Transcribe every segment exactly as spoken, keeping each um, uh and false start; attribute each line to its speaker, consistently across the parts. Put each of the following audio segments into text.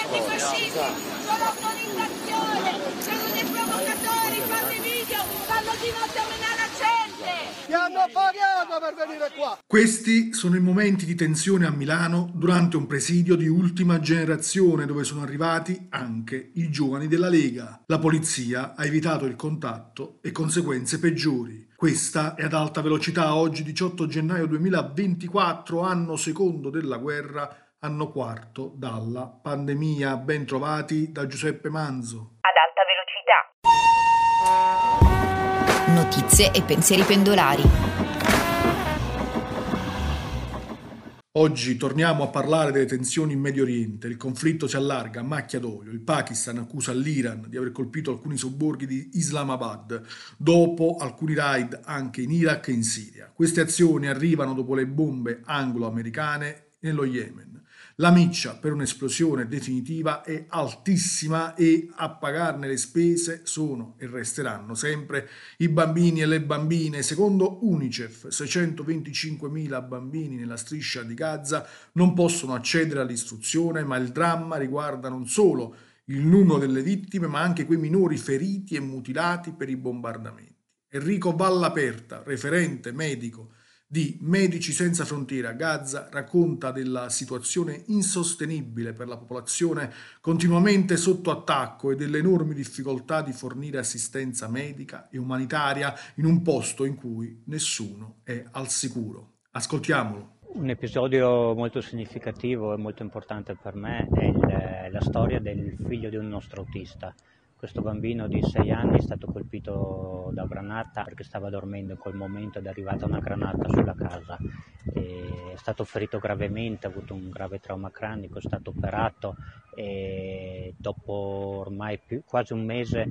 Speaker 1: antifascisti con autorizzazione, sono dei provocatori, fanno i video, fanno di notte a menare la gente.
Speaker 2: Ti hanno pagato per venire qua.
Speaker 3: Questi sono i momenti di tensione a Milano durante un presidio di ultima generazione dove sono arrivati anche i giovani della Lega. La polizia ha evitato il contatto e conseguenze peggiori. Questa è Ad Alta Velocità, oggi diciotto gennaio duemilaventiquattro, anno secondo della guerra, anno quarto dalla pandemia. Ben trovati da Giuseppe Manzo.
Speaker 4: Ad Alta Velocità.
Speaker 5: Notizie e pensieri pendolari.
Speaker 3: Oggi torniamo a parlare delle tensioni in Medio Oriente. Il conflitto si allarga a macchia d'olio. Il Pakistan accusa l'Iran di aver colpito alcuni sobborghi di Islamabad, dopo alcuni raid anche in Iraq e in Siria. Queste azioni arrivano dopo le bombe anglo-americane nello Yemen. La miccia per un'esplosione definitiva è altissima e a pagarne le spese sono e resteranno sempre i bambini e le bambine. Secondo UNICEF, seicentoventicinquemila bambini nella striscia di Gaza non possono accedere all'istruzione, ma il dramma riguarda non solo il numero delle vittime, ma anche quei minori feriti e mutilati per i bombardamenti. Enrico Vallaperta, referente medico di Medici Senza Frontiere a Gaza, racconta della situazione insostenibile per la popolazione continuamente sotto attacco e delle enormi difficoltà di fornire assistenza medica e umanitaria in un posto in cui nessuno è al sicuro. Ascoltiamolo.
Speaker 6: Un episodio molto significativo e molto importante per me è il, la storia del figlio di un nostro autista. Questo bambino di sei anni è stato colpito da granata perché stava dormendo in quel momento ed è arrivata una granata sulla casa. E è stato ferito gravemente, ha avuto un grave trauma cranico, è stato operato e dopo ormai più, quasi un mese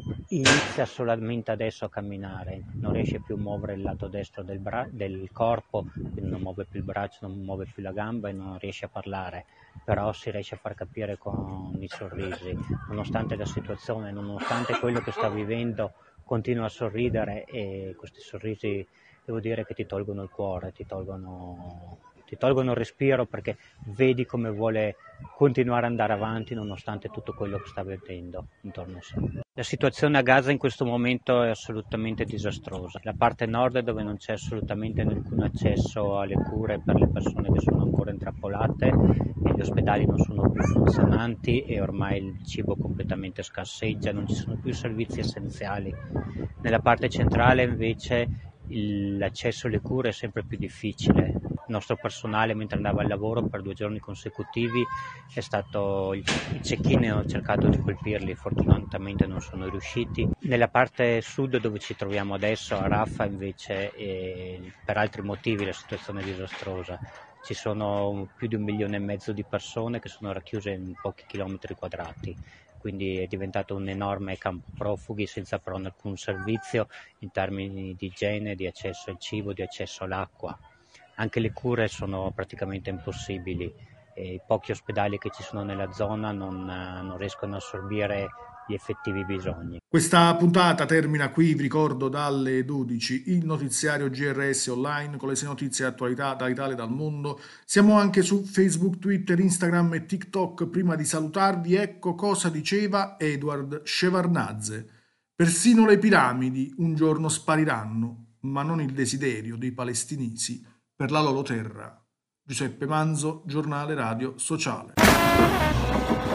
Speaker 6: inizia solamente adesso a camminare, non riesce più a muovere il lato destro del, bra- del corpo, quindi non muove più il braccio, non muove più la gamba e non riesce a parlare, però si riesce a far capire con i sorrisi. Nonostante la situazione, nonostante quello che sta vivendo, continua a sorridere e questi sorrisi devo dire che ti tolgono il cuore, ti tolgono, ti tolgono il respiro perché vedi come vuole continuare ad andare avanti nonostante tutto quello che sta vedendo intorno a sé. La situazione a Gaza in questo momento è assolutamente disastrosa. La parte nord dove non c'è assolutamente nessun accesso alle cure per le persone che sono ancora intrappolate e gli ospedali non sono più funzionanti e ormai il cibo completamente scarseggia, non ci sono più servizi essenziali. Nella parte centrale invece l'accesso alle cure è sempre più difficile. Il nostro personale mentre andava al lavoro per due giorni consecutivi è stato i cecchini hanno cercato di colpirli, fortunatamente non sono riusciti. Nella parte sud dove ci troviamo adesso a Rafah invece eh, per altri motivi la situazione è disastrosa. Ci sono più di un milione e mezzo di persone che sono racchiuse in pochi chilometri quadrati, quindi è diventato un enorme campo profughi senza però alcun servizio in termini di igiene, di accesso al cibo, di accesso all'acqua. Anche le cure sono praticamente impossibili e i pochi ospedali che ci sono nella zona non, non riescono a assorbire gli effettivi bisogni.
Speaker 3: Questa puntata termina qui, vi ricordo dalle dodici il notiziario G R S online con le sei notizie e attualità dall'Italia e dal mondo. Siamo anche su Facebook, Twitter, Instagram e TikTok. Prima di salutarvi ecco cosa diceva Edward Shevardnadze: persino le piramidi un giorno spariranno, ma non il desiderio dei palestinesi per la loro terra. Giuseppe Manzo, Giornale Radio Sociale.